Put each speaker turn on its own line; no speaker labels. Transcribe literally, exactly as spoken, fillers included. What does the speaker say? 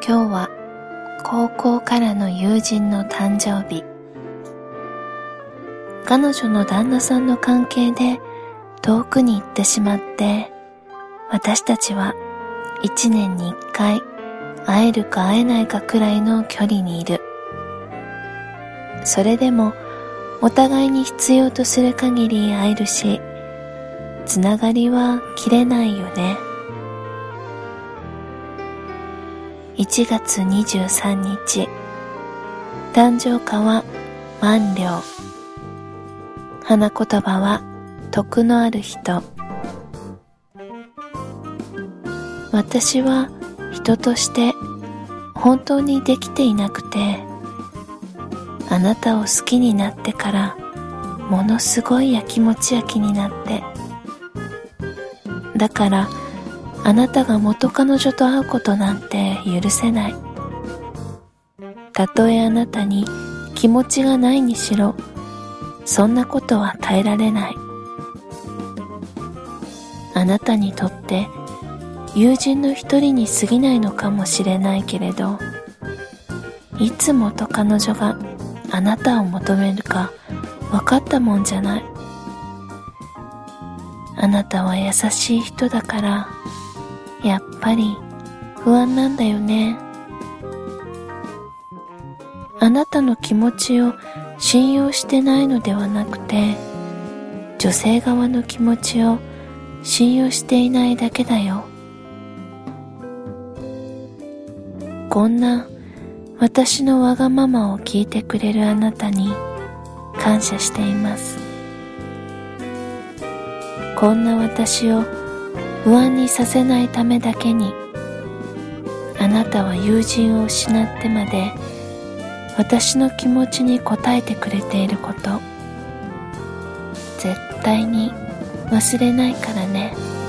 今日は高校からの友人の誕生日。彼女の旦那さんの関係で遠くに行ってしまって、私たちは一年に一回会えるか会えないかくらいの距離にいる。それでもお互いに必要とする限り会えるし、つながりは切れないよね。いちがつにじゅうさんにち、誕生花は万両。花言葉は徳のある人。私は人として本当にできていなくて、あなたを好きになってからものすごいやきもち焼きになって、だからあなたが元彼女と会うことなんて許せない。たとえあなたに気持ちがないにしろ、そんなことは耐えられない。あなたにとって友人の一人に過ぎないのかもしれないけれど、いつ元彼女があなたを求めるか分かったもんじゃない。あなたは優しい人だから、やっぱり不安なんだよね。あなたの気持ちを信用してないのではなくて、女性側の気持ちを信用していないだけだよ。こんな私のわがままを聞いてくれるあなたに感謝しています。こんな私を不安にさせないためだけに、あなたは友人を失ってまで私の気持ちに応えてくれていること、絶対に忘れないからね。